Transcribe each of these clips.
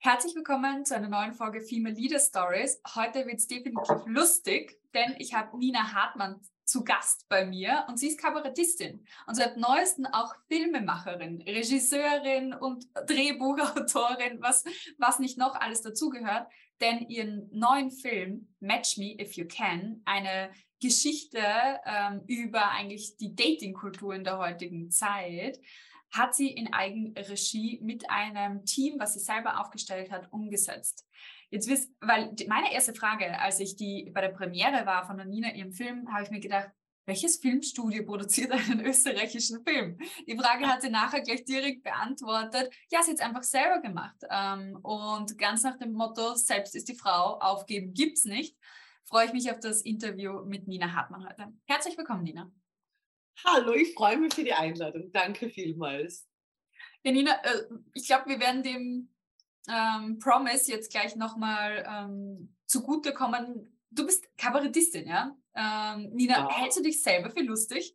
Herzlich willkommen zu einer neuen Folge Female Leader Stories. Heute wird es definitiv lustig, denn ich habe Nina Hartmann zu Gast bei mir und sie ist Kabarettistin und seit neuestem auch Filmemacherin, Regisseurin und Drehbuchautorin, was nicht noch alles dazugehört. Denn ihren neuen Film Match Me If You Can, eine Geschichte über eigentlich die Datingkultur in der heutigen Zeit, hat sie in Eigenregie mit einem Team, was sie selber aufgestellt hat, umgesetzt. Jetzt weil meine erste Frage, als ich bei der Premiere war von der Nina ihrem Film, habe ich mir gedacht, welches Filmstudio produziert einen österreichischen Film? Die Frage hat sie nachher gleich direkt beantwortet. Ja, sie hat es einfach selber gemacht. Und ganz nach dem Motto, selbst ist die Frau, aufgeben gibt's nicht, freue ich mich auf das Interview mit Nina Hartmann heute. Herzlich willkommen, Nina. Hallo, ich freue mich für die Einladung. Danke vielmals. Ja, Nina, ich glaube, wir werden dem Promise jetzt gleich nochmal zugutekommen. Du bist Kabarettistin, ja? Nina, Ja. hältst du dich selber für lustig?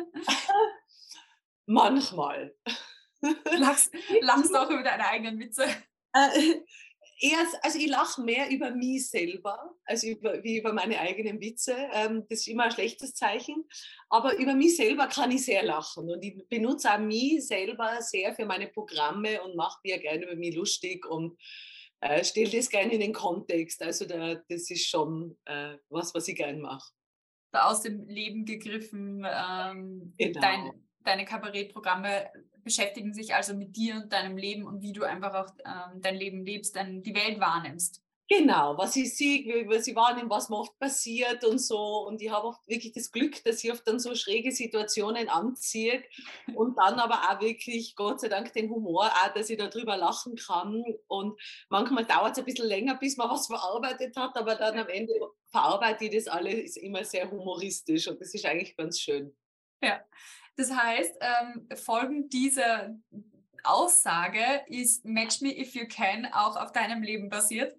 Manchmal. Lachst auch über deine eigenen Witze? Äh, also ich lache mehr über mich selber, als wie über meine eigenen Witze. Das ist immer ein schlechtes Zeichen. Aber über mich selber kann ich sehr lachen. Und ich benutze auch mich selber sehr für meine Programme und mache mir gerne über mich lustig und stelle das gerne in den Kontext. Also das ist schon was ich gerne mache. Aus dem Leben gegriffen. Genau. Deine Kabarettprogramme beschäftigen sich also mit dir und deinem Leben und wie du einfach auch dein Leben lebst, die Welt wahrnimmst. Genau, was ich sehe, was ich wahrnehme, was mir oft passiert und so. Und ich habe oft wirklich das Glück, dass ich oft dann so schräge Situationen anziehe und dann aber auch wirklich, Gott sei Dank, den Humor auch, dass ich darüber lachen kann. Und manchmal dauert es ein bisschen länger, bis man was verarbeitet hat, aber dann am Ende verarbeite ich das alles immer sehr humoristisch und das ist eigentlich ganz schön. Ja, das heißt, folgend dieser Aussage ist Match Me If You Can auch auf deinem Leben basiert?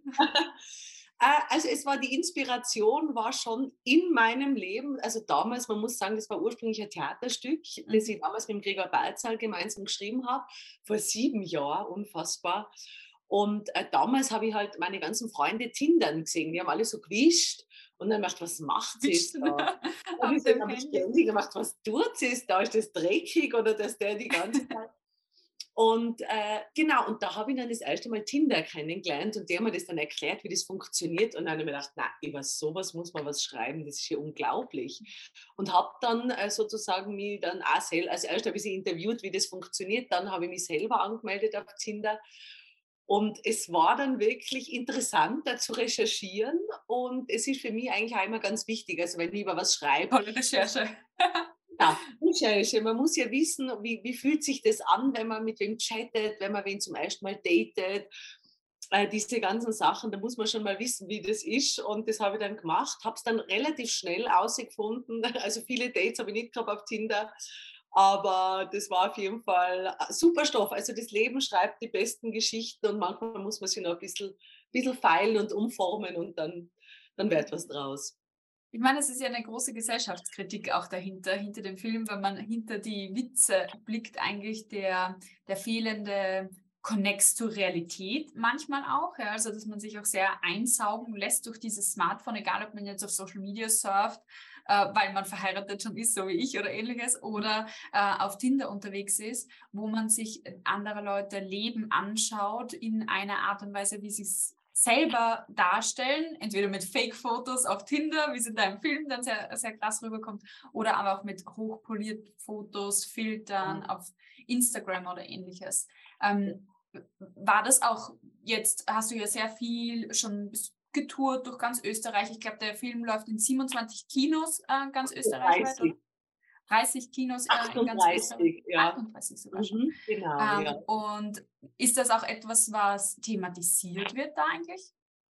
Also es war die Inspiration war schon in meinem Leben, also damals, man muss sagen, das war ursprünglich ein Theaterstück, das ich damals mit dem Gregor Balzal gemeinsam geschrieben habe, vor 7 Jahren, unfassbar. Und damals habe ich halt meine ganzen Freunde Tindern gesehen, die haben alle so gewischt und dann gedacht, was macht sie jetzt Wischen da? auf Dann dem habe ich Handy. ständig gemacht, was tut sie jetzt da? Ist das dreckig oder dass der die ganze Zeit und genau, und da habe ich dann das erste Mal Tinder kennengelernt und der hat mir das dann erklärt, wie das funktioniert. Und dann habe ich mir gedacht, na, über sowas muss man was schreiben, das ist ja unglaublich. Und habe dann sozusagen mich dann auch selber, also erst habe ich sie interviewt, wie das funktioniert, dann habe ich mich selber angemeldet auf Tinder. Und es war dann wirklich interessant, da zu recherchieren. Und es ist für mich eigentlich auch immer ganz wichtig, also wenn ich über was schreibe, Tolle Recherche. ja, Recherche. Man muss ja wissen, wie fühlt sich das an, wenn man mit wem chattet, wenn man wen zum ersten Mal datet. Diese ganzen Sachen, da muss man schon mal wissen, wie das ist. Und das habe ich dann gemacht, habe es dann relativ schnell herausgefunden. Also viele Dates habe ich nicht gehabt auf Tinder, aber das war auf jeden Fall super Stoff. Also das Leben schreibt die besten Geschichten und manchmal muss man sich noch ein bisschen feilen und umformen und dann wird was draus. Ich meine, es ist ja eine große Gesellschaftskritik auch hinter dem Film, wenn man hinter die Witze blickt, eigentlich der fehlende Konnex zur Realität manchmal auch. Ja, also, dass man sich auch sehr einsaugen lässt durch dieses Smartphone, egal ob man jetzt auf Social Media surft, weil man verheiratet schon ist, so wie ich oder ähnliches, oder auf Tinder unterwegs ist, wo man sich andere Leute Leben anschaut in einer Art und Weise, wie sie es selber darstellen, entweder mit Fake-Fotos auf Tinder, wie es in deinem Film dann sehr, sehr krass rüberkommt, oder aber auch mit hochpolierten Fotos, Filtern auf Instagram oder ähnliches. War das auch jetzt, hast du ja sehr viel schon getourt durch ganz Österreich. Ich glaube, der Film läuft in 27 Kinos ganz österreichweit, oder? 30, 30 Kinos in ganz Österreich. 38, ja. 38 sogar schon. Mhm, genau, ja. Und ist das auch etwas, was thematisiert wird da eigentlich?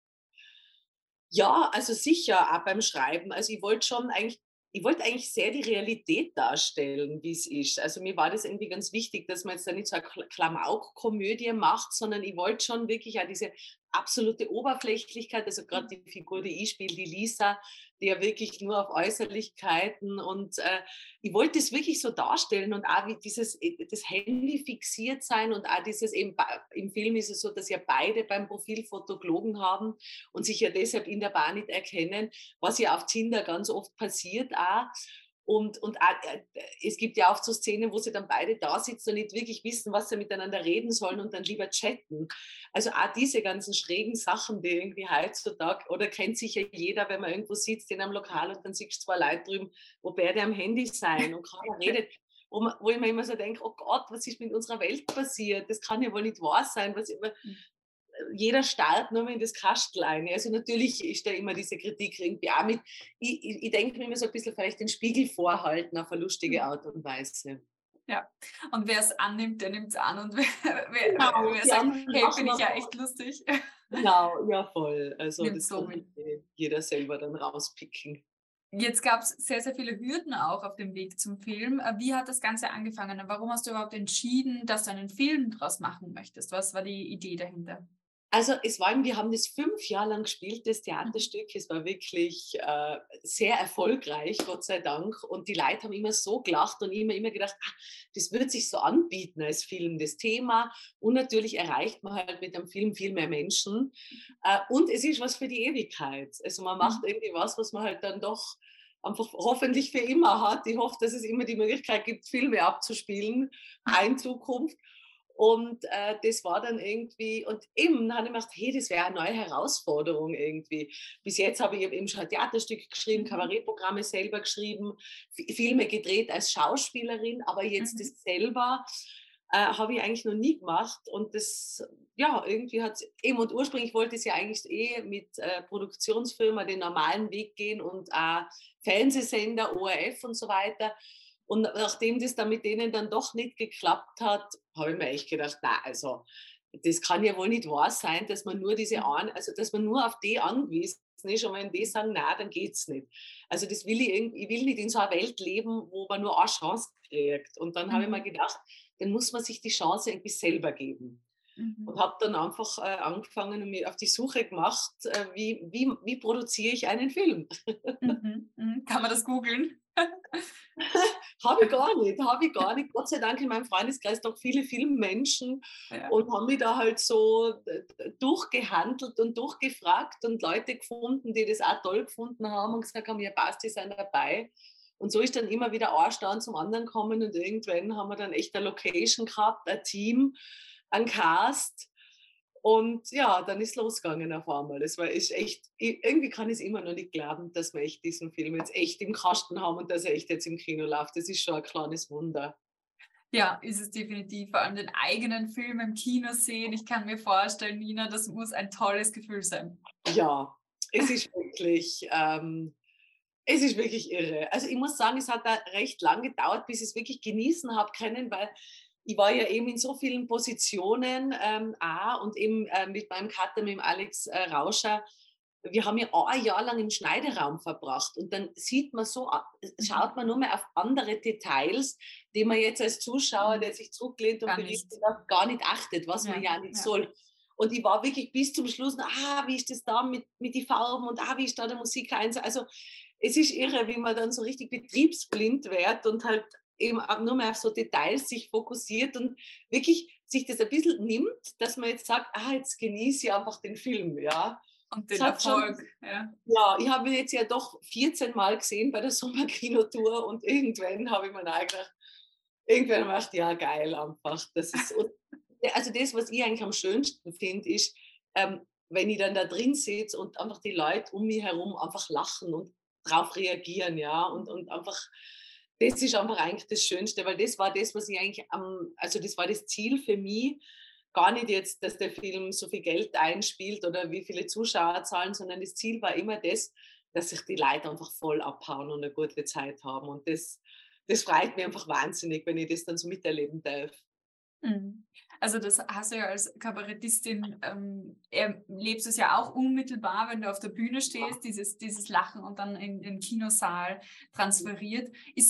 Ja, also sicher, auch beim Schreiben. Also ich wollte eigentlich sehr die Realität darstellen, wie es ist. Also mir war das irgendwie ganz wichtig, dass man jetzt da nicht so eine Klamauk-Komödie macht, sondern ich wollte schon wirklich auch diese absolute Oberflächlichkeit, also gerade die Figur, die ich spiele, die Lisa, die ja wirklich nur auf Äußerlichkeiten und ich wollte es wirklich so darstellen und auch wie das Handy fixiert sein und auch dieses eben, im Film ist es so, dass ja beide beim Profilfoto gelogen haben und sich ja deshalb in der Bar nicht erkennen, was ja auf Tinder ganz oft passiert auch. Und es gibt ja auch so Szenen, wo sie dann beide da sitzen und nicht wirklich wissen, was sie miteinander reden sollen und dann lieber chatten. Also auch diese ganzen schrägen Sachen, die irgendwie heutzutage, oder kennt sicher jeder, wenn man irgendwo sitzt in einem Lokal und dann siehst du zwei Leute drüben, wo beide am Handy sein und keiner redet. Wo ich mir immer so denke, oh Gott, was ist mit unserer Welt passiert? Das kann ja wohl nicht wahr sein. Jeder starrt nur mal in das Kastel ein. Also natürlich ist da immer diese Kritik irgendwie auch mit. Ich denke mir immer so ein bisschen vielleicht den Spiegel vorhalten auf eine lustige Art und Weise. Ja, und wer es annimmt, der nimmt es an. Und Genau, wer die sagt, anderen hey, lachen finde ich ja davon. echt lustig, Genau, ja voll. Also nimmt das so kann mit. jeder selber dann rauspicken. Jetzt gab es sehr, sehr viele Hürden auch auf dem Weg zum Film. Wie hat das Ganze angefangen? Und warum hast du überhaupt entschieden, dass du einen Film draus machen möchtest? Was war die Idee dahinter? Also wir haben das 5 Jahre lang gespielt, das Mhm. Theaterstück. Es war wirklich sehr erfolgreich, Gott sei Dank. Und die Leute haben immer so gelacht und immer gedacht, das wird sich so anbieten als Film, das Thema. Und natürlich erreicht man halt mit einem Film viel mehr Menschen. Und es ist was für die Ewigkeit. Also man macht Mhm. irgendwie was man halt dann doch einfach hoffentlich für immer hat. Ich hoffe, dass es immer die Möglichkeit gibt, Filme abzuspielen, auch in Zukunft. Und das war dann irgendwie, und eben, dann habe ich gedacht, hey, das wäre eine neue Herausforderung irgendwie. Bis jetzt habe ich eben schon ein Theaterstück geschrieben, Mhm. Kabarettprogramme selber geschrieben, Filme gedreht als Schauspielerin, aber jetzt Mhm. das selber habe ich eigentlich noch nie gemacht. Und das, ja, irgendwie hat es eben, und ursprünglich wollte ich es ja eigentlich mit Produktionsfirma den normalen Weg gehen und Fernsehsender, ORF und so weiter. Und nachdem das dann mit denen dann doch nicht geklappt hat, habe ich mir echt gedacht, na, also das kann ja wohl nicht wahr sein, dass man nur also dass man nur auf die angewiesen ist und wenn die sagen, na, dann geht's nicht. Also das will ich will nicht in so einer Welt leben, wo man nur eine Chance kriegt. Und dann habe ich mir Mhm. gedacht, dann muss man sich die Chance irgendwie selber geben. Mhm. Und habe dann einfach angefangen und mich auf die Suche gemacht, wie produziere ich einen Film. Mhm. Mhm. Kann man das googeln? Habe ich gar nicht, habe ich gar nicht. Gott sei Dank in meinem Freundeskreis doch viele Filmmenschen Ja. und haben mich da halt so durchgehandelt und durchgefragt und Leute gefunden, die das auch toll gefunden haben und gesagt haben, ja passt, die sind dabei. Und so ist dann immer wieder ein Stein zum anderen gekommen und irgendwann haben wir dann echt eine Location gehabt, ein Team, einen Cast. Und ja, dann ist losgegangen auf einmal. Das war echt, irgendwie kann ich es immer noch nicht glauben, dass wir echt diesen Film jetzt echt im Kasten haben und dass er echt jetzt im Kino läuft. Das ist schon ein kleines Wunder. Ja, ist es definitiv. Vor allem den eigenen Film im Kino sehen. Ich kann mir vorstellen, Nina, das muss ein tolles Gefühl sein. Ja, es ist wirklich, es ist wirklich irre. Also ich muss sagen, es hat da recht lang gedauert, bis ich es wirklich genießen habe können, weil ich war ja eben in so vielen Positionen und eben mit meinem Cutter, mit dem Alex Rauscher, wir haben ja ein Jahr lang im Schneideraum verbracht und dann sieht man so, Mhm. schaut man nur mehr auf andere Details, die man jetzt als Zuschauer, Mhm. der sich zurücklehnt und Gar nicht. berichtet hat, gar nicht achtet, was man Ja, ja nicht ja. soll. Und ich war wirklich bis zum Schluss, wie ist das da mit den Farben und wie ist da der Musikeinsatz. Also es ist irre, wie man dann so richtig betriebsblind wird und halt eben auch nur mehr auf so Details sich fokussiert und wirklich sich das ein bisschen nimmt, dass man jetzt sagt, jetzt genieße ich einfach den Film, ja. Und Es den hat schon, Erfolg. Ja. ja, ich habe ihn jetzt ja doch 14 Mal gesehen bei der Sommerkinotour und irgendwann habe ich mir auch gedacht, irgendwann habe ich gedacht, ja geil einfach. Das ist, also das, was ich eigentlich am schönsten finde, ist, wenn ich dann da drin sitze und einfach die Leute um mich herum einfach lachen und drauf reagieren, ja, und einfach, das ist einfach eigentlich das Schönste, weil das war das, was ich eigentlich also das war das Ziel für mich, gar nicht jetzt, dass der Film so viel Geld einspielt oder wie viele Zuschauer zahlen, sondern das Ziel war immer das, dass sich die Leute einfach voll abhauen und eine gute Zeit haben und das freut mich einfach wahnsinnig, wenn ich das dann so miterleben darf. Mhm. Also das hast du ja als Kabarettistin, erlebst es ja auch unmittelbar, wenn du auf der Bühne stehst, dieses Lachen und dann in den Kinosaal transferiert. Ist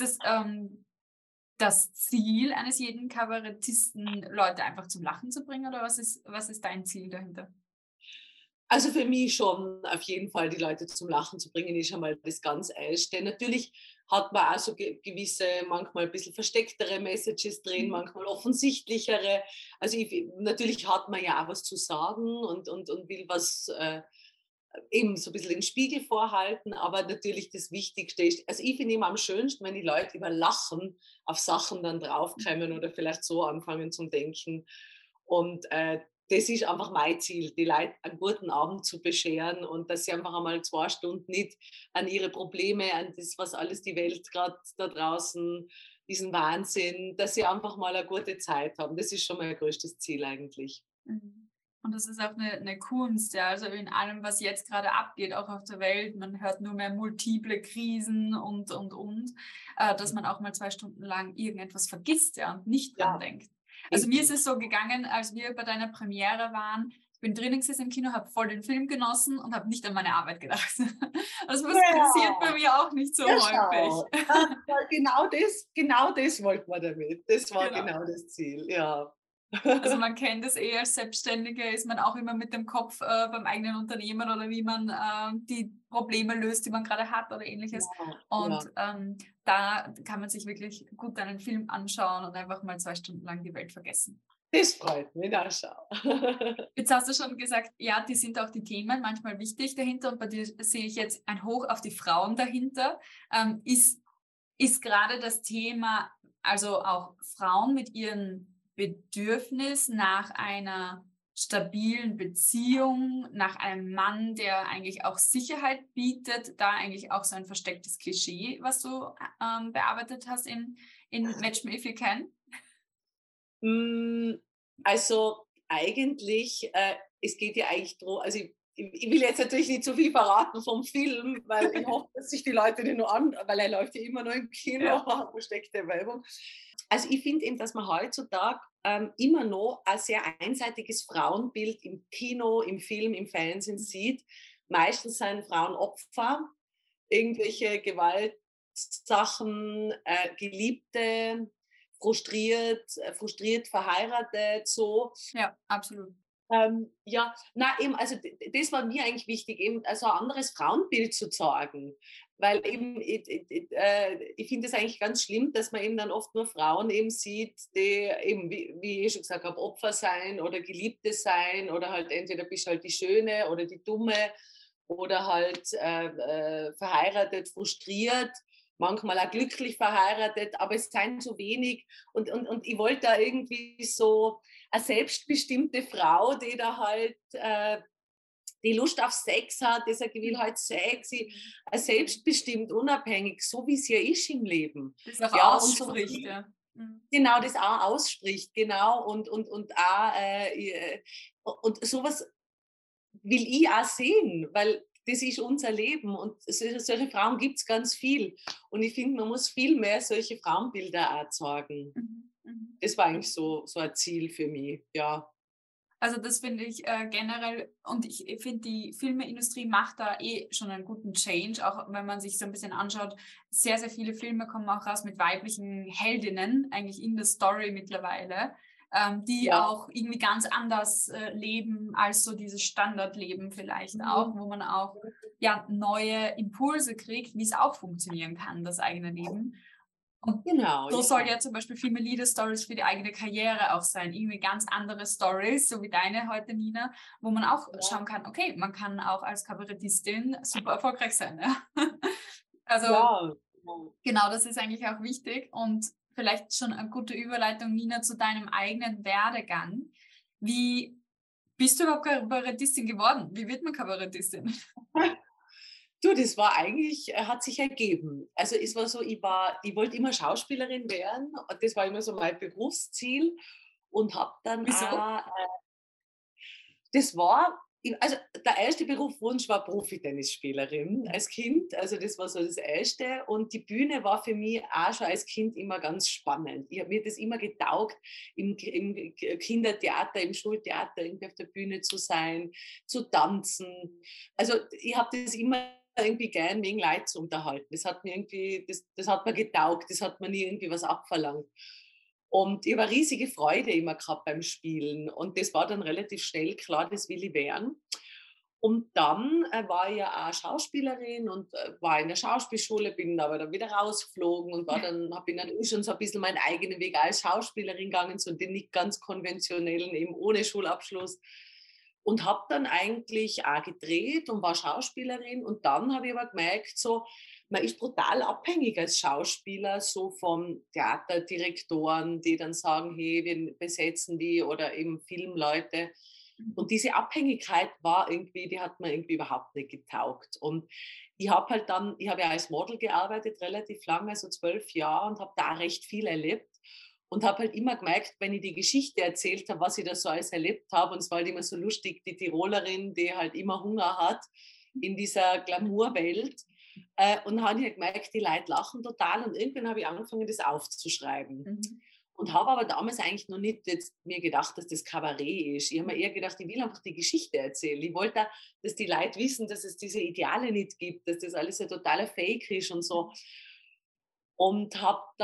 das Ziel eines jeden Kabarettisten, Leute einfach zum Lachen zu bringen oder was ist dein Ziel dahinter? Also für mich schon auf jeden Fall die Leute zum Lachen zu bringen, ist schon mal das ganz Erste. Natürlich hat man auch so gewisse, manchmal ein bisschen verstecktere Messages drin, Mhm. manchmal offensichtlichere. Also natürlich hat man ja auch was zu sagen und will was eben so ein bisschen den Spiegel vorhalten, aber natürlich das Wichtigste ist, also ich finde immer am schönsten, wenn die Leute über Lachen auf Sachen dann draufkommen oder vielleicht so anfangen zu denken. Und das ist einfach mein Ziel, die Leute einen guten Abend zu bescheren und dass sie einfach einmal 2 Stunden nicht an ihre Probleme, an das, was alles die Welt gerade da draußen, diesen Wahnsinn, dass sie einfach mal eine gute Zeit haben. Das ist schon mein größtes Ziel eigentlich. Mhm. Und das ist auch eine Kunst, ja. Also in allem, was jetzt gerade abgeht, auch auf der Welt, man hört nur mehr multiple Krisen und, dass man auch mal 2 Stunden lang irgendetwas vergisst, ja, und nicht dran Ja, denkt. Also mir ist eben. es so gegangen, als wir bei deiner Premiere waren, ich bin drinnen gesessen im Kino, habe voll den Film genossen und habe nicht an meine Arbeit gedacht. Also was passiert bei Ja. mir auch nicht so Ja, häufig. schau. Genau das wollten wir damit. Das war Genau. genau das Ziel, ja. Also man kennt es eh als Selbstständige, ist man auch immer mit dem Kopf beim eigenen Unternehmen oder wie man die Probleme löst, die man gerade hat oder ähnliches. Ja, Und ja. da kann man sich wirklich gut einen Film anschauen und einfach mal 2 Stunden lang die Welt vergessen. Das freut mich, na schau. Jetzt hast du schon gesagt, ja, die sind auch die Themen manchmal wichtig dahinter und bei dir sehe ich jetzt ein Hoch auf die Frauen dahinter. Ist gerade das Thema, also auch Frauen mit ihrem Bedürfnis nach einer stabilen Beziehung, nach einem Mann, der eigentlich auch Sicherheit bietet, da eigentlich auch so ein verstecktes Klischee, was du bearbeitet hast in Match Me If You Can? Hm, also eigentlich, es geht ja eigentlich darum, also ich will jetzt natürlich nicht zu viel verraten vom Film, weil ich hoffe, dass sich die Leute den nur an, weil er läuft ja immer noch im Kino, Ja. versteckte Werbung. Also ich finde eben, dass man heutzutage immer noch ein sehr einseitiges Frauenbild im Kino, im Film, im Fernsehen sieht. Meistens sind Frauen Opfer, irgendwelche Gewaltsachen, Geliebte, frustriert verheiratet, so. Ja, absolut. Ja, na eben, also das war mir eigentlich wichtig, eben also ein anderes Frauenbild zu zeigen. Weil eben, ich finde es eigentlich ganz schlimm, dass man eben dann oft nur Frauen eben sieht, die eben, wie ich schon gesagt habe, Opfer sein oder Geliebte sein oder halt entweder bist du halt die Schöne oder die Dumme oder halt verheiratet, frustriert, manchmal auch glücklich verheiratet, aber es sind so wenig und ich wollte da irgendwie so eine selbstbestimmte Frau, die da halt die Lust auf Sex hat, die sagt, ich will halt Sex, selbstbestimmt, unabhängig, so wie es ja ist im Leben. Das auch Ja, und so ausspricht, ja. Mhm. genau das auch ausspricht, genau, und auch, und sowas will ich auch sehen, weil das ist unser Leben und solche Frauen gibt es ganz viel. Und ich finde, man muss viel mehr solche Frauenbilder auch zeigen. Mhm. Mhm. Das war eigentlich so ein Ziel für mich, ja. Also das finde ich generell, und ich finde, die Filmeindustrie macht da eh schon einen guten Change, auch wenn man sich so ein bisschen anschaut, sehr, sehr viele Filme kommen auch raus mit weiblichen Heldinnen, eigentlich in der Story mittlerweile, die Ja. auch irgendwie ganz anders leben als so dieses Standardleben vielleicht auch, Mhm. wo man auch ja neue Impulse kriegt, wie es auch funktionieren kann, das eigene Leben. Und Genau, so soll ja. ja zum Beispiel Female Leader Stories für die eigene Karriere auch sein. Irgendwie ganz andere Stories, so wie deine heute, Nina, wo man auch Ja, schauen kann, okay, man kann auch als Kabarettistin super erfolgreich sein. Ja? Also ja, genau. genau, das ist eigentlich auch wichtig. Und vielleicht schon eine gute Überleitung, Nina, zu deinem eigenen Werdegang. Wie bist du überhaupt Kabarettistin geworden? Wie wird man Kabarettistin? Du, das war eigentlich, hat sich ergeben. Also es war so, ich wollte immer Schauspielerin werden. Und das war immer so mein Berufsziel und habe dann Wieso? auch, das war, also der erste Berufswunsch war Profi-Tennisspielerin als Kind. Also das war so das Erste. Und die Bühne war für mich auch schon als Kind immer ganz spannend. Mir hat das immer getaugt, im Kindertheater, im Schultheater irgendwie auf der Bühne zu sein, zu tanzen. Also ich habe das immer irgendwie gern wegen Leid zu unterhalten. Das hat mir irgendwie, das hat mir getaugt, das hat mir nie irgendwie was abverlangt. Und ich habe eine riesige Freude immer gehabt beim Spielen. Und das war dann relativ schnell klar, das will ich werden. Und dann war ich ja auch Schauspielerin und war in der Schauspielschule, bin aber dann wieder rausgeflogen und bin dann schon so ein bisschen meinen eigenen Weg als Schauspielerin gegangen, so den nicht ganz konventionellen, eben ohne Schulabschluss. Und habe dann eigentlich auch gedreht und war Schauspielerin. Und dann habe ich aber gemerkt, so, man ist brutal abhängig als Schauspieler, so von Theaterdirektoren, die dann sagen, hey, wir besetzen die, oder eben Filmleute. Und diese Abhängigkeit war irgendwie, die hat mir irgendwie überhaupt nicht getaugt. Und ich habe ja als Model gearbeitet, relativ lange, also 12 Jahre, und habe da recht viel erlebt. Und habe halt immer gemerkt, wenn ich die Geschichte erzählt habe, was ich da so alles erlebt habe, und es war halt immer so lustig, die Tirolerin, die halt immer Hunger hat in dieser Glamourwelt. Und dann habe ich halt gemerkt, die Leute lachen total, und irgendwann habe ich angefangen, das aufzuschreiben. Mhm. Und habe aber damals eigentlich noch nicht jetzt mir gedacht, dass das Kabarett ist. Ich habe mir eher gedacht, ich will einfach die Geschichte erzählen. Ich wollte, dass die Leute wissen, dass es diese Ideale nicht gibt, dass das alles ein totaler Fake ist und so. Und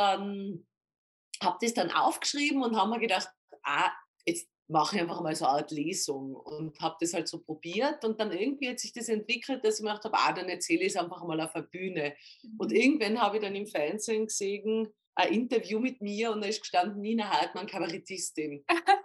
habe das dann aufgeschrieben und habe mir gedacht, jetzt mache ich einfach mal so eine Art Lesung, und habe das halt so probiert, und dann irgendwie hat sich das entwickelt, dass ich mir gedacht habe, dann erzähle ich es einfach mal auf der Bühne. Und irgendwann habe ich dann im Fernsehen gesehen, ein Interview mit mir, und da ist gestanden, Nina Hartmann, Kabarettistin.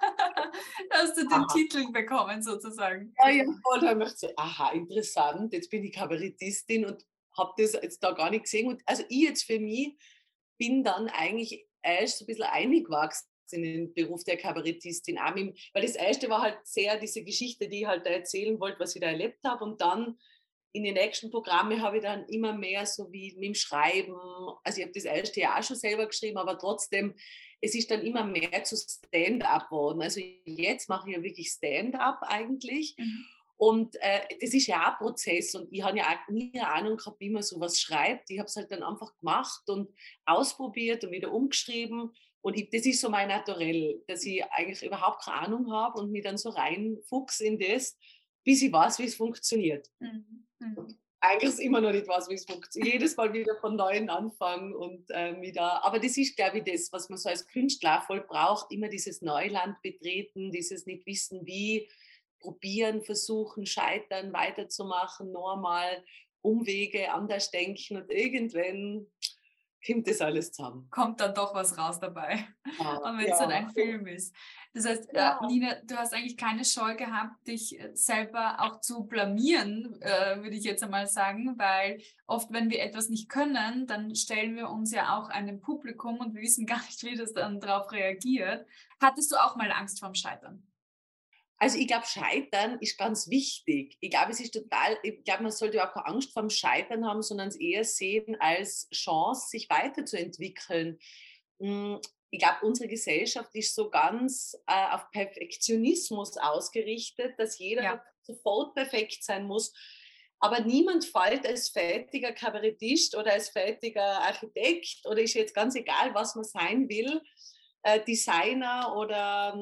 Da hast du den Titel bekommen, sozusagen. Ja, ja, voll. Da habe ich gedacht, so, aha, interessant, jetzt bin ich Kabarettistin und habe das jetzt da gar nicht gesehen. Und also ich jetzt für mich bin dann eigentlich erst so ein bisschen eingewachsen in den Beruf der Kabarettistin. Auch weil das erste war halt sehr diese Geschichte, die ich halt da erzählen wollte, was ich da erlebt habe. Und dann in den nächsten Programmen habe ich dann immer mehr so wie mit dem Schreiben, also ich habe das erste ja auch schon selber geschrieben, aber trotzdem, es ist dann immer mehr zu Stand-up geworden. Also jetzt mache ich ja wirklich Stand-up eigentlich. Mhm. Und das ist ja auch ein Prozess, und ich habe ja auch nie eine Ahnung gehabt, wie man sowas schreibt. Ich habe es halt dann einfach gemacht und ausprobiert und wieder umgeschrieben. Und das ist so mein Naturell, dass ich eigentlich überhaupt keine Ahnung habe und mich dann so reinfuchs in das, bis ich weiß, wie es funktioniert. Mhm. Und Mhm. eigentlich ist immer noch nicht weiß, wie es funktioniert. Jedes Mal wieder von Neuem anfangen und wieder. Aber das ist, glaube ich, das, was man so als Künstler voll braucht. Immer dieses Neuland betreten, dieses nicht wissen, wie, probieren, versuchen, scheitern, weiterzumachen, normal, Umwege, anders denken, und irgendwann kommt das alles zusammen. Kommt dann doch was raus dabei. Ja, Und wenn es dann ja, ein Film ist. Das heißt, ja. Nina, du hast eigentlich keine Scheu gehabt, dich selber auch zu blamieren, würde ich jetzt einmal sagen, weil oft, wenn wir etwas nicht können, dann stellen wir uns ja auch einem Publikum und wir wissen gar nicht, wie das dann darauf reagiert. Hattest du auch mal Angst vorm Scheitern? Also ich glaube, Scheitern ist ganz wichtig. Ich glaube, man sollte überhaupt keine Angst vor dem Scheitern haben, sondern es eher sehen als Chance, sich weiterzuentwickeln. Hm, Ich glaube, unsere Gesellschaft ist so ganz auf Perfektionismus ausgerichtet, dass Ja. jeder sofort perfekt sein muss. Aber niemand fällt als fertiger Kabarettist oder als fertiger Architekt, oder ist jetzt ganz egal, was man sein will, Designer oder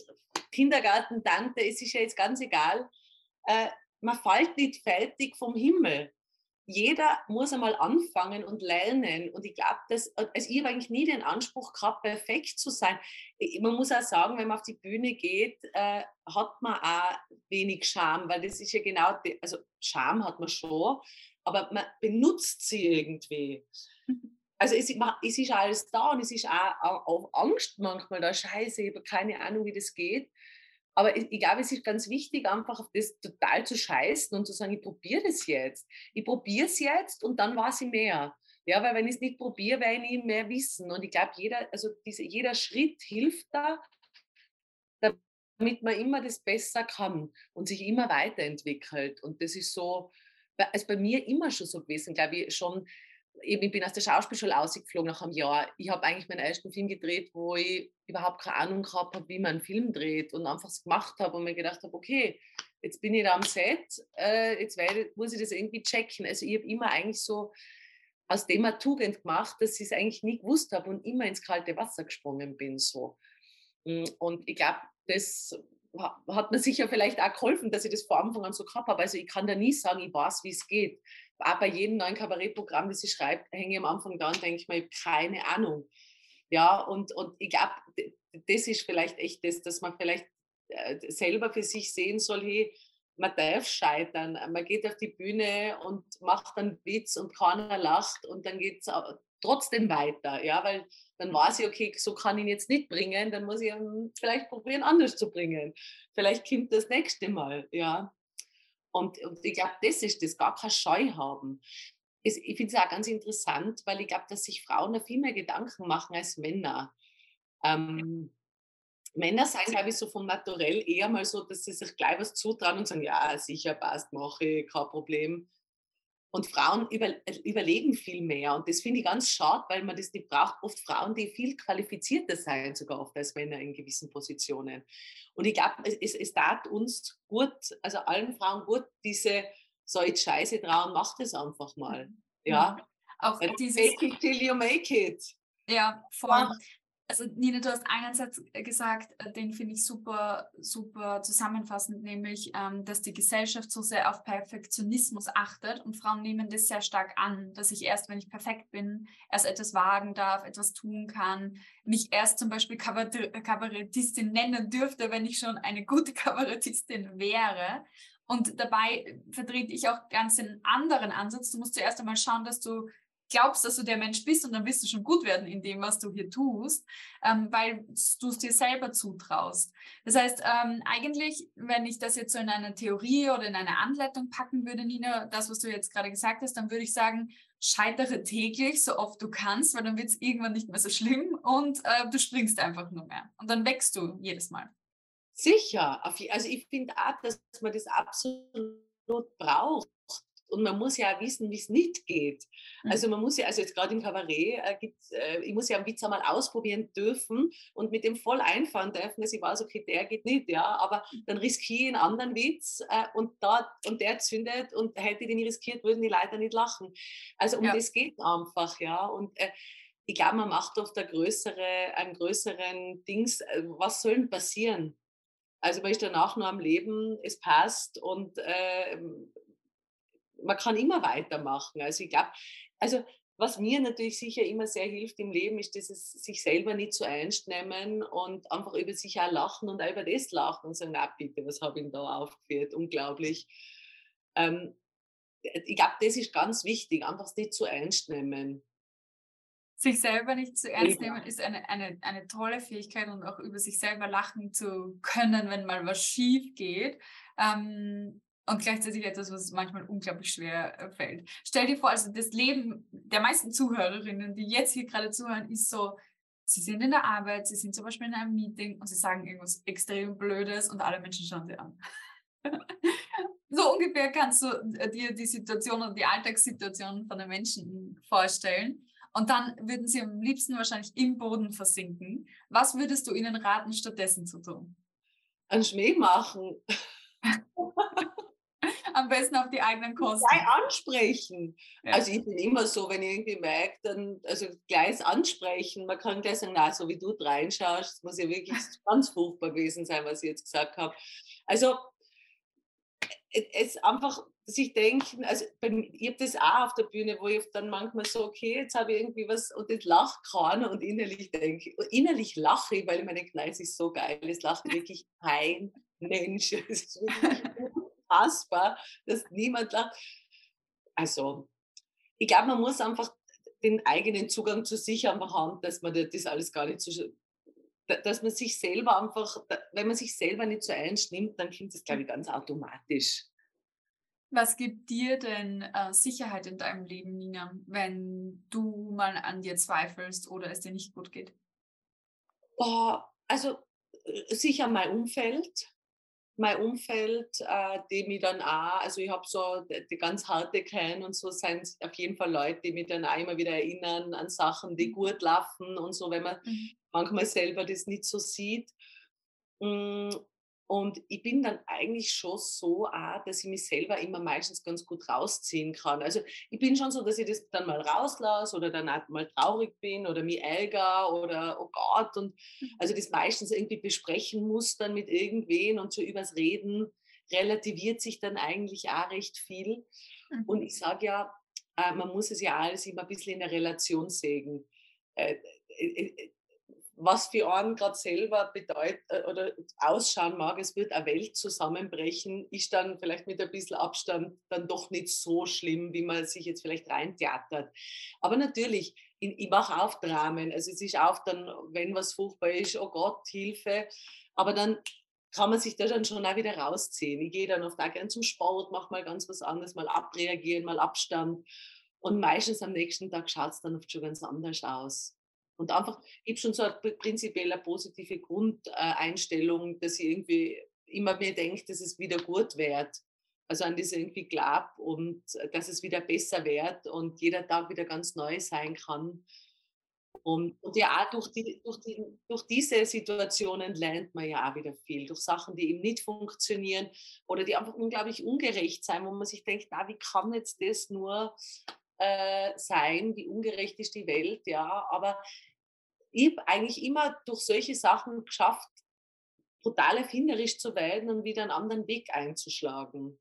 Kindergartentante, es ist ja jetzt ganz egal. Äh, Man fällt nicht fertig vom Himmel. Jeder muss einmal anfangen und lernen. Und ich glaube, also ich habe eigentlich nie den Anspruch gehabt, perfekt zu sein. Man muss auch sagen, wenn man auf die Bühne geht, hat man auch wenig Scham, weil das ist ja genau, also Scham hat man schon, aber man benutzt sie irgendwie. Also es ist alles da, und es ist auch Angst manchmal da, Scheiße, ich habe keine Ahnung, wie das geht. Aber ich glaube, es ist ganz wichtig, einfach auf das total zu scheißen und zu sagen, ich probiere das jetzt. Ich probiere es jetzt, und dann weiß ich mehr. Ja, weil wenn ich es nicht probiere, werde ich nie mehr wissen. Und ich glaube, jeder Schritt hilft da, damit man immer das besser kann und sich immer weiterentwickelt. Und das ist so, also bei mir immer schon so gewesen, glaube ich, schon. Ich bin aus der Schauspielschule ausgeflogen nach einem Jahr. Ich habe eigentlich meinen ersten Film gedreht, wo ich überhaupt keine Ahnung gehabt habe, wie man einen Film dreht, und einfach es gemacht habe und mir gedacht habe, okay, jetzt bin ich da am Set, muss ich das irgendwie checken. Also ich habe immer eigentlich so aus dem eine Tugend gemacht, dass ich es eigentlich nie gewusst habe und immer ins kalte Wasser gesprungen bin. So. Und ich glaube, das hat mir sicher vielleicht auch geholfen, dass ich das von Anfang an so gehabt habe. Also ich kann da nie sagen, ich weiß, wie es geht. Auch bei jedem neuen Kabarettprogramm, das ich schreibe, hänge ich am Anfang da und denke ich mir, ich habe keine Ahnung. Ja, und ich glaube, das ist vielleicht echt das, dass man vielleicht selber für sich sehen soll, hey, man darf scheitern. Man geht auf die Bühne und macht einen Witz und keiner lacht und dann geht es trotzdem weiter, ja, weil dann weiß ich, okay, so kann ich ihn jetzt nicht bringen, dann muss ich ihn vielleicht probieren, anders zu bringen. Vielleicht kommt das nächste Mal, ja. Und ich glaube, das ist das, gar keine Scheu haben. Ich finde es auch ganz interessant, weil ich glaube, dass sich Frauen da viel mehr Gedanken machen als Männer. Ähm, Männer sind, glaube ich, so vom Naturell eher mal so, dass sie sich gleich was zutrauen und sagen, ja, sicher, passt, mache ich, kein Problem. Und Frauen überlegen viel mehr. Und das finde ich ganz schade, weil man das nicht braucht. Oft Frauen, die viel qualifizierter sein, sogar oft als Männer in gewissen Positionen. Und ich glaube, es tat uns gut, also allen Frauen gut, diese, so jetzt Scheiße trauen, macht es einfach mal. Ja. Auch dieses, Fake it till you make it. ja, voll. Also Nina, du hast einen Satz gesagt, den finde ich super, super zusammenfassend, nämlich, dass die Gesellschaft so sehr auf Perfektionismus achtet und Frauen nehmen das sehr stark an, dass ich erst, wenn ich perfekt bin, erst etwas wagen darf, etwas tun kann, mich erst zum Beispiel Kabarettistin nennen dürfte, wenn ich schon eine gute Kabarettistin wäre. Und dabei vertrete ich auch ganz den anderen Ansatz. Du musst zuerst einmal schauen, dass du glaubst, dass du der Mensch bist und dann wirst du schon gut werden in dem, was du hier tust, weil du es dir selber zutraust. Das heißt, eigentlich, wenn ich das jetzt so in eine Theorie oder in eine Anleitung packen würde, Nina, das, was du jetzt gerade gesagt hast, dann würde ich sagen, scheitere täglich, so oft du kannst, weil dann wird es irgendwann nicht mehr so schlimm und du springst einfach nur mehr. Und dann wächst du jedes Mal. Sicher. Also ich finde auch, dass man das absolut braucht. Und man muss ja auch wissen, wie es nicht geht. Also man muss ja, also jetzt gerade im Kabarett, ich muss ja einen Witz einmal ausprobieren dürfen und mit dem voll einfahren dürfen, dass ich weiß, okay, der geht nicht, ja, aber dann riskiere ich einen anderen Witz und der zündet und hätte ich den nicht riskiert, würden die Leute nicht lachen. Also um das geht einfach, ja. Und ich glaube, man macht oft einen größeren Dings, was soll denn passieren? Also man ist danach nur am Leben, es passt und man kann immer weitermachen. Also ich glaube, also was mir natürlich sicher immer sehr hilft im Leben, ist dieses sich selber nicht zu ernst nehmen und einfach über sich auch lachen und auch über das lachen und sagen, na bitte, was habe ich denn da aufgeführt? Unglaublich. Ähm, ich glaube, das ist ganz wichtig, einfach es nicht zu ernst nehmen. Sich selber nicht zu ernst nehmen, ist eine tolle Fähigkeit und auch über sich selber lachen zu können, wenn mal was schief geht. Und gleichzeitig etwas, was manchmal unglaublich schwer fällt. Stell dir vor, also das Leben der meisten Zuhörerinnen, die jetzt hier gerade zuhören, ist so, sie sind in der Arbeit, sie sind zum Beispiel in einem Meeting und sie sagen irgendwas extrem Blödes und alle Menschen schauen sie an. So ungefähr kannst du dir die Situation und die Alltagssituation von den Menschen vorstellen. Und dann würden sie am liebsten wahrscheinlich im Boden versinken. Was würdest du ihnen raten, stattdessen zu tun? Einen Schmäh machen, Am besten auf die eigenen gleich Kosten. ansprechen. Ja. Also ich bin immer so, wenn ich irgendwie merke, dann also gleich ansprechen. Man kann gleich sagen, na, so wie du reinschaust, das muss ja wirklich ganz furchtbar gewesen sein, was ich jetzt gesagt habe. Also es einfach sich denken, also ich habe das auch auf der Bühne, wo ich dann manchmal so, okay, jetzt habe ich irgendwie was und jetzt lacht keiner und innerlich lache ich, weil ich meine, es ist so geil, es lacht wirklich kein Mensch. Es ist wirklich unfassbar, dass niemand lacht. Also, ich glaube, man muss einfach den eigenen Zugang zu sich einfach haben, dass man das alles gar nicht so, dass man sich selber einfach, wenn man sich selber nicht so ernst nimmt, dann kommt das, glaube ich, ganz automatisch. Was gibt dir denn Sicherheit in deinem Leben, Nina, wenn du mal an dir zweifelst oder es dir nicht gut geht? Oh, also sicher mein Umfeld, die mich dann auch, also ich habe so die ganz harte Kern und so sind auf jeden Fall Leute, die mich dann auch immer wieder erinnern an Sachen, die gut laufen und so, wenn man Mhm. manchmal selber das nicht so sieht. Mm, Und ich bin dann eigentlich schon so auch, dass ich mich selber immer meistens ganz gut rausziehen kann. Also ich bin schon so, dass ich das dann mal rauslasse oder dann auch mal traurig bin oder mich ärgere oder oh Gott und also das meistens irgendwie besprechen muss dann mit irgendwen und so übers Reden relativiert sich dann eigentlich auch recht viel. Und Mhm. ich sage ja, man muss es ja alles immer ein bisschen in der Relation sehen. Äh, äh, was für einen gerade selber bedeutet oder ausschauen mag, es wird eine Welt zusammenbrechen, ist dann vielleicht mit ein bisschen Abstand dann doch nicht so schlimm, wie man sich jetzt vielleicht reintheatert. Aber natürlich, ich mache auch Dramen. Also es ist auch dann, wenn was furchtbar ist, oh Gott, Hilfe. Aber dann kann man sich da dann schon auch wieder rausziehen. Ich gehe dann oft auch gerne zum Sport, mache mal ganz was anderes, mal abreagieren, mal Abstand. Und meistens am nächsten Tag schaut es dann oft schon ganz anders aus. Und einfach, ich habe schon so eine prinzipiell eine positive Grundeinstellung, dass ich irgendwie immer mir denke, dass es wieder gut wird. Also an das irgendwie glaube und dass es wieder besser wird und jeder Tag wieder ganz neu sein kann. Und ja, auch durch diese Situationen lernt man ja auch wieder viel. Durch Sachen, die eben nicht funktionieren oder die einfach unglaublich ungerecht sein, wo man sich denkt, na, wie kann jetzt das nur sein? Wie ungerecht ist die Welt? Ja, aber ich habe eigentlich immer durch solche Sachen geschafft, brutal erfinderisch zu werden und wieder einen anderen Weg einzuschlagen.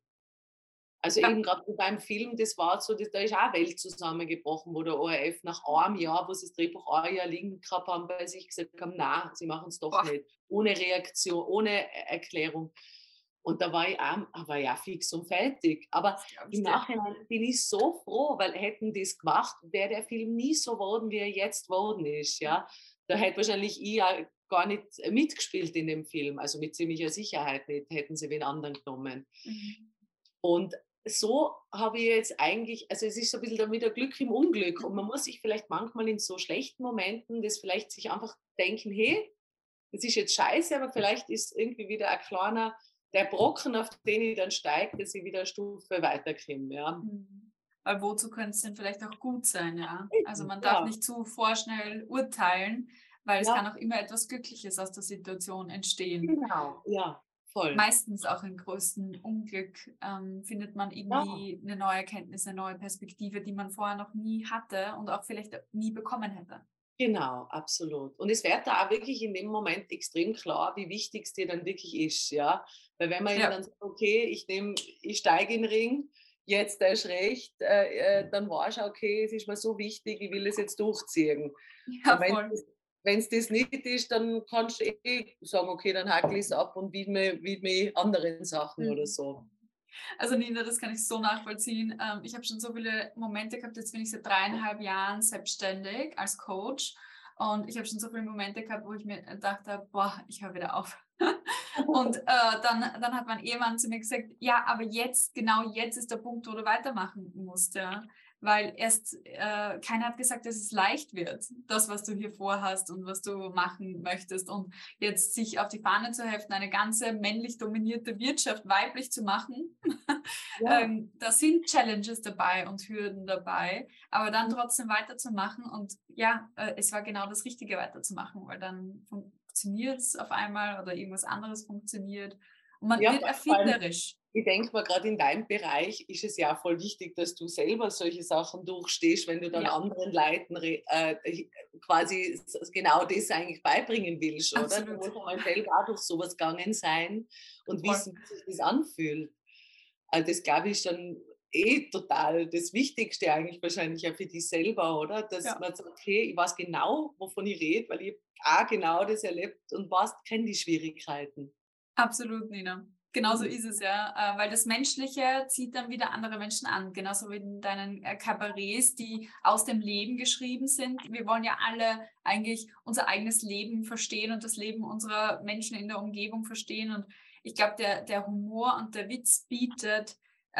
Also Ja, eben gerade beim Film, das war so, da ist auch Welt zusammengebrochen, wo der ORF nach einem Jahr, wo sie das Drehbuch ein Jahr liegen gehabt haben, bei sich gesagt haben, na, sie machen es doch boah, nicht. Ohne Reaktion, ohne Erklärung. Und da war ich auch fix und fertig. Aber das glaube im ich dir. Nachhinein bin ich so froh, weil hätten die es gemacht, wäre der Film nie so geworden, wie er jetzt geworden ist. Ja? Da hätte wahrscheinlich ich auch gar nicht mitgespielt in dem Film. Also mit ziemlicher Sicherheit nicht, hätten sie wen anderen genommen. Mhm. Und so habe ich jetzt eigentlich, also es ist so ein bisschen dann wieder Glück im Unglück. Und man Mhm. muss sich vielleicht manchmal in so schlechten Momenten das vielleicht sich einfach denken, hey, das ist jetzt scheiße, aber vielleicht ist irgendwie wieder ein kleiner, der Brocken, auf den ich dann steige, dass ich wieder eine Stufe weiterkomme. Ja. Mhm. Weil wozu könnte es denn vielleicht auch gut sein, ja? Also man darf Ja, nicht zu vorschnell urteilen, weil es kann ja, auch immer etwas Glückliches aus der Situation entstehen. genau, ja, voll. Meistens auch im größten Unglück findet man Ja, irgendwie eine neue Erkenntnis, eine neue Perspektive, die man vorher noch nie hatte und auch vielleicht nie bekommen hätte. genau, absolut. Und es wird da auch wirklich in dem Moment extrem klar, wie wichtig es dir dann wirklich ist, ja. Weil wenn man eben Ja, dann sagt, okay, ich steige in den Ring, jetzt ist recht, dann war schon okay, es ist mir so wichtig, ich will es jetzt durchziehen. ja, Und voll. wenn es das nicht ist, dann kannst du sagen, okay, dann hakel ich es ab und widme ich anderen Sachen oder Mhm. so. Also Nina, das kann ich so nachvollziehen. Ich habe schon so viele Momente gehabt, jetzt bin ich seit 3,5 Jahren selbstständig als Coach und ich habe schon so viele Momente gehabt, wo ich mir gedacht habe, boah, ich höre wieder auf. Und dann hat mein Ehemann zu mir gesagt, ja, aber jetzt, genau jetzt ist der Punkt, wo du weitermachen musst, ja. Weil keiner hat gesagt, dass es leicht wird, das, was du hier vorhast und was du machen möchtest. Und jetzt sich auf die Fahne zu heften, eine ganze männlich dominierte Wirtschaft weiblich zu machen, Ja, da sind Challenges dabei und Hürden dabei, aber dann trotzdem weiterzumachen und ja, es war genau das Richtige weiterzumachen, weil dann funktioniert es auf einmal oder irgendwas anderes funktioniert und man ja, wird vor allem, erfinderisch. ich denke mal, gerade in deinem Bereich ist es ja auch voll wichtig, dass du selber solche Sachen durchstehst, wenn du dann Ja, anderen Leuten quasi genau das eigentlich beibringen willst, oder? Du absolut. musst einmal selber auch durch sowas gegangen sein und Voll. wissen, wie sich das anfühlt. Also das glaube ich schon total das Wichtigste eigentlich wahrscheinlich auch für dich selber, oder? Dass Ja. man sagt, okay, ich weiß genau, wovon ich rede, weil ich auch genau das erlebt und kenne die Schwierigkeiten. Absolut, Nina. Genauso Mhm. ist es ja, weil das Menschliche zieht dann wieder andere Menschen an, genauso wie in deinen Kabarets, die aus dem Leben geschrieben sind. Wir wollen ja alle eigentlich unser eigenes Leben verstehen und das Leben unserer Menschen in der Umgebung verstehen. Und ich glaube, der Humor und der Witz bietet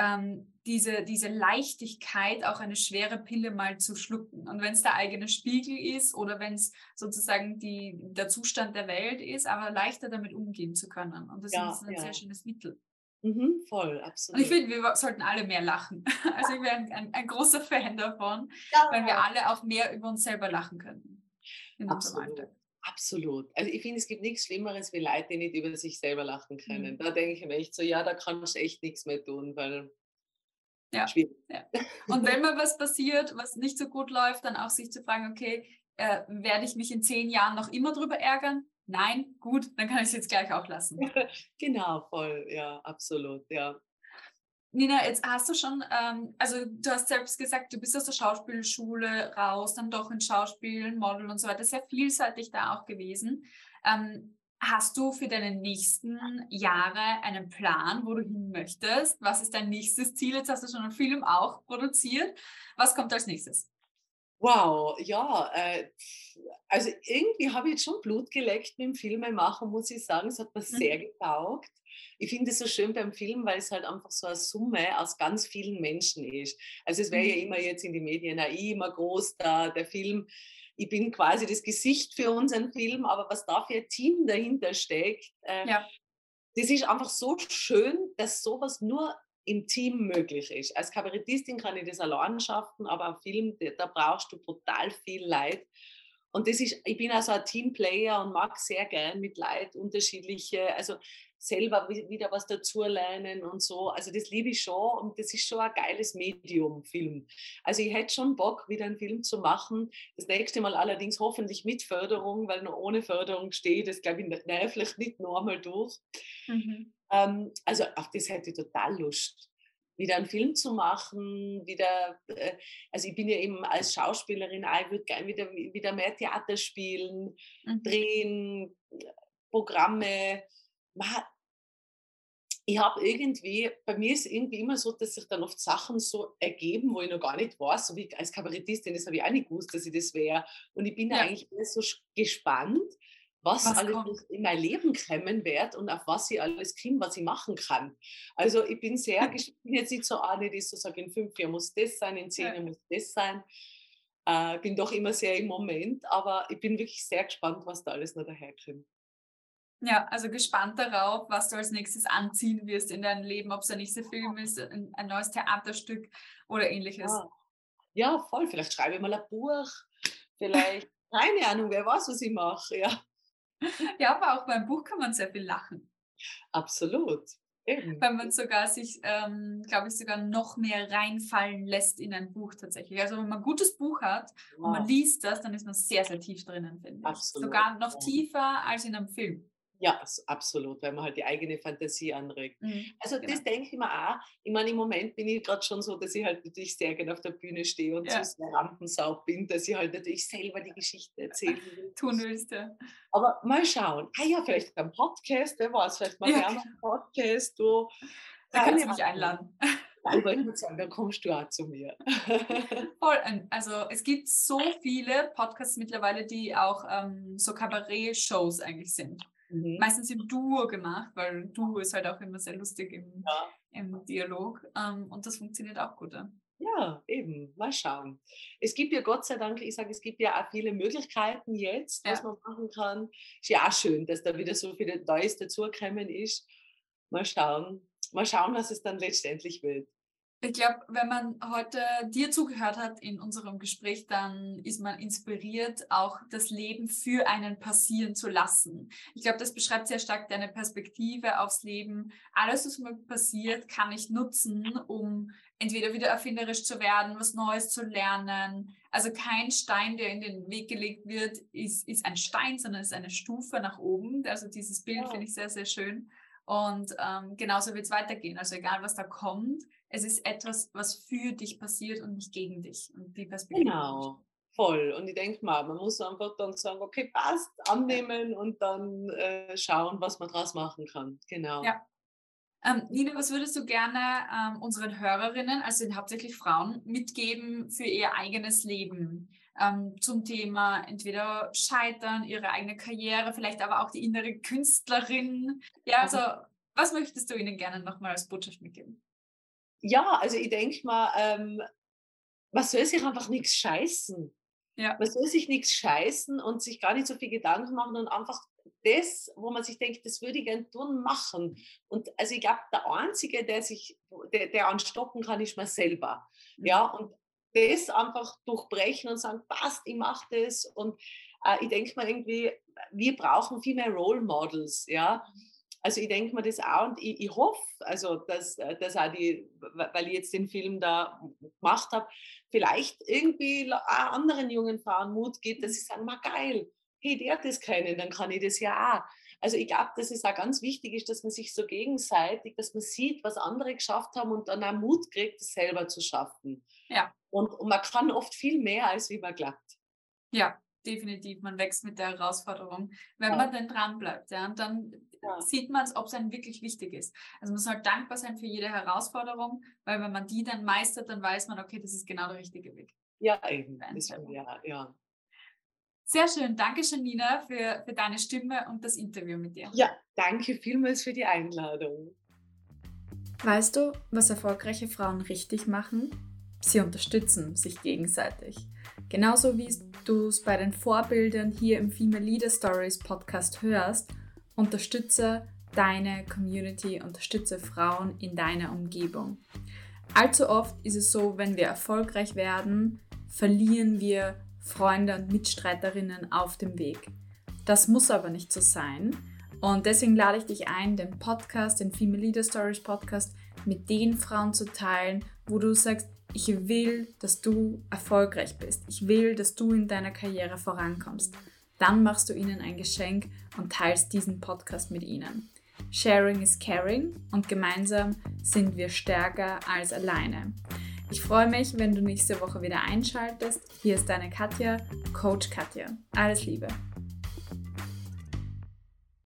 diese Leichtigkeit, auch eine schwere Pille mal zu schlucken. Und wenn es der eigene Spiegel ist oder wenn es sozusagen der Zustand der Welt ist, aber leichter damit umgehen zu können. Und das ist Ja, ein sehr ja. schönes Mittel. Mhm, voll, Und ich absolut. finde, wir sollten alle mehr lachen. Also ich wäre ein großer Fan davon, wenn wir Ja, alle auch mehr über uns selber lachen könnten in unserem absolut. Alltag. Absolut. Also ich finde, es gibt nichts Schlimmeres wie Leute, die nicht über sich selber lachen können. Mhm. Da denke ich mir echt so, ja, da kannst du echt nichts mehr tun, weil Ja, schwierig. ja. Und wenn mal was passiert, was nicht so gut läuft, dann auch sich zu fragen, okay, werde ich mich in 10 Jahren noch immer drüber ärgern? Nein, gut, dann kann ich es jetzt gleich auch lassen. Genau, voll, ja, absolut, ja. Nina, jetzt hast du schon, also du hast selbst gesagt, du bist aus der Schauspielschule raus, dann doch in Schauspiel, Model und so weiter, sehr vielseitig da auch gewesen. Hast du für deine nächsten Jahre einen Plan, wo du hin möchtest? Was ist dein nächstes Ziel? Jetzt hast du schon einen Film auch produziert. Was kommt als nächstes? Wow, ja, also irgendwie habe ich jetzt schon Blut geleckt mit dem Filmemachen, muss ich sagen. Es hat mir sehr Mhm. getaugt. Ich finde es so schön beim Film, weil es halt einfach so eine Summe aus ganz vielen Menschen ist. Also es wäre ja Mhm. immer jetzt in den Medien auch immer groß, der Film. Ich bin quasi das Gesicht für unseren Film, aber was da für ein Team dahinter steckt, Ja, das ist einfach so schön, dass sowas nur im Team möglich ist. Als Kabarettistin kann ich das allein schaffen, aber am Film, da brauchst du brutal viel Leid. Und das ist, ich bin also ein Teamplayer und mag sehr gern mit Leid unterschiedliche, also selber wieder was dazulernen und so. Also das liebe ich schon und das ist schon ein geiles Medium, Film. Also ich hätte schon Bock, wieder einen Film zu machen. Das nächste Mal allerdings hoffentlich mit Förderung, weil nur ohne Förderung steht das, glaube ich, nervlich nicht normal durch. mhm. Also auf das hätte ich total Lust, wieder einen Film zu machen, wieder, also ich bin ja eben als Schauspielerin, ich würde gerne wieder mehr Theater spielen, Mhm. drehen, Programme. Ich habe irgendwie, bei mir ist es irgendwie immer so, dass sich dann oft Sachen so ergeben, wo ich noch gar nicht weiß, so wie als Kabarettistin, das habe ich auch nicht gewusst, dass ich das wäre. Und ich bin da Ja, eigentlich so gespannt, was was alles kommt? in mein Leben kommen wird und auf was ich alles komme, was ich machen kann. Also ich bin sehr gespannt, ich bin jetzt nicht so eine, die so sagt, in 5 Jahren muss das sein, in 10 Ja. Jahren muss das sein. Bin doch immer sehr im Moment, aber ich bin wirklich sehr gespannt, was da alles noch daherkommt. Ja, also gespannt darauf, was du als nächstes anziehen wirst in deinem Leben, ob es der nächste Film ist, ein neues Theaterstück oder ähnliches. Ja. Ja, voll. Vielleicht schreibe ich mal ein Buch, vielleicht, keine Ahnung, wer weiß, was ich mache. Ja, Ja, aber auch beim Buch kann man sehr viel lachen, absolut. Eben. weil man sogar sich, glaube ich, sogar noch mehr reinfallen lässt in ein Buch tatsächlich. Also wenn man ein gutes Buch hat und man Ja, liest das, dann ist man sehr, sehr tief drinnen, finde ich. absolut. Sogar noch tiefer als in einem Film. Ja, absolut, weil man halt die eigene Fantasie anregt. Mhm, Also genau. das denke ich mir auch. Ich meine, im Moment bin ich gerade schon so, dass ich halt natürlich sehr gerne auf der Bühne stehe und so Ja, sehr Rampensau bin, dass ich halt natürlich selber die Geschichte erzählen will. tun willst du. Aber mal schauen. Ah ja, vielleicht ein Podcast, wer weiß, vielleicht mache Ja, ich auch noch einen Podcast. Du. da kannst Keine du mich Ahnung. einladen. Ja, ich wollte nur sagen, dann kommst du auch zu mir. Voll. Also es gibt so viele Podcasts mittlerweile, die auch so Kabarett-Shows eigentlich sind. Mhm. Meistens im Duo gemacht, weil Duo ist halt auch immer sehr lustig Ja. im Dialog. Und das funktioniert auch gut. Ja. Ja, eben, mal schauen. Es gibt ja Gott sei Dank, ich sage, es gibt ja auch viele Möglichkeiten jetzt, was Ja. man machen kann. Ist ja auch schön, dass da wieder so viel Neues dazugekommen ist. Mal schauen, was es dann letztendlich wird. Ich glaube, wenn man heute dir zugehört hat in unserem Gespräch, dann ist man inspiriert, auch das Leben für einen passieren zu lassen. Ich glaube, das beschreibt sehr stark deine Perspektive aufs Leben. Alles, was mir passiert, kann ich nutzen, um entweder wieder erfinderisch zu werden, was Neues zu lernen. Also kein Stein, der in den Weg gelegt wird, ist ein Stein, sondern ist eine Stufe nach oben. Also dieses Bild Ja, finde ich sehr, sehr schön. Und genauso wird es weitergehen. Also egal, was da kommt, es ist etwas, was für dich passiert und nicht gegen dich. Und die Perspektive finde ich genau, voll. Und ich denke mal, man muss einfach dann sagen, okay, passt, ja. annehmen und dann schauen, was man draus machen kann. Genau. Ja. Nina, was würdest du gerne unseren Hörerinnen, also sind hauptsächlich Frauen, mitgeben für ihr eigenes Leben? Zum Thema entweder Scheitern, ihre eigene Karriere, vielleicht aber auch die innere Künstlerin. Ja, also was möchtest du ihnen gerne nochmal als Botschaft mitgeben? Ja, also ich denke mal, man soll sich einfach nichts scheißen. Ja. Man soll sich nichts scheißen und sich gar nicht so viel Gedanken machen und einfach das, wo man sich denkt, das würde ich gern tun, machen. Und also ich glaube, der Einzige, der anstoppen kann, ist man selber. Mhm. Ja, und das einfach durchbrechen und sagen, passt, ich mache das. Und ich denke mal irgendwie, wir brauchen viel mehr Role Models, ja. Also ich denke mir das auch und ich hoffe, also dass auch weil ich jetzt den Film da gemacht habe, vielleicht irgendwie auch anderen jungen Frauen Mut gibt, dass sie sagen, ma geil, hey, der hat das können, dann kann ich das ja auch. Also ich glaube, dass es auch ganz wichtig ist, dass man sich so gegenseitig, dass man sieht, was andere geschafft haben und dann auch Mut kriegt, es selber zu schaffen. Ja. Und man kann oft viel mehr, als wie man glaubt. Ja, definitiv. Man wächst mit der Herausforderung, wenn Ja. man dann dran bleibt. Ja? Und dann Ja. sieht man es, ob es einem wirklich wichtig ist. Also man soll dankbar sein für jede Herausforderung, weil wenn man die dann meistert, dann weiß man, okay, das ist genau der richtige Weg. Ja, eben. Ja. Sehr schön. Dankeschön, Nina, für deine Stimme und das Interview mit dir. Ja, danke vielmals für die Einladung. Weißt du, was erfolgreiche Frauen richtig machen? Sie unterstützen sich gegenseitig. Genauso wie du es bei den Vorbildern hier im Female Leader Stories Podcast hörst, unterstütze deine Community, unterstütze Frauen in deiner Umgebung. Allzu oft ist es so, wenn wir erfolgreich werden, verlieren wir Freunde und Mitstreiterinnen auf dem Weg. Das muss aber nicht so sein. Und deswegen lade ich dich ein, den Podcast, den Female Leader Stories Podcast mit den Frauen zu teilen, wo du sagst, ich will, dass du erfolgreich bist. Ich will, dass du in deiner Karriere vorankommst. Dann machst du ihnen ein Geschenk und teilst diesen Podcast mit ihnen. Sharing is caring und gemeinsam sind wir stärker als alleine. Ich freue mich, wenn du nächste Woche wieder einschaltest. Hier ist deine Katja, Coach Katja. Alles Liebe.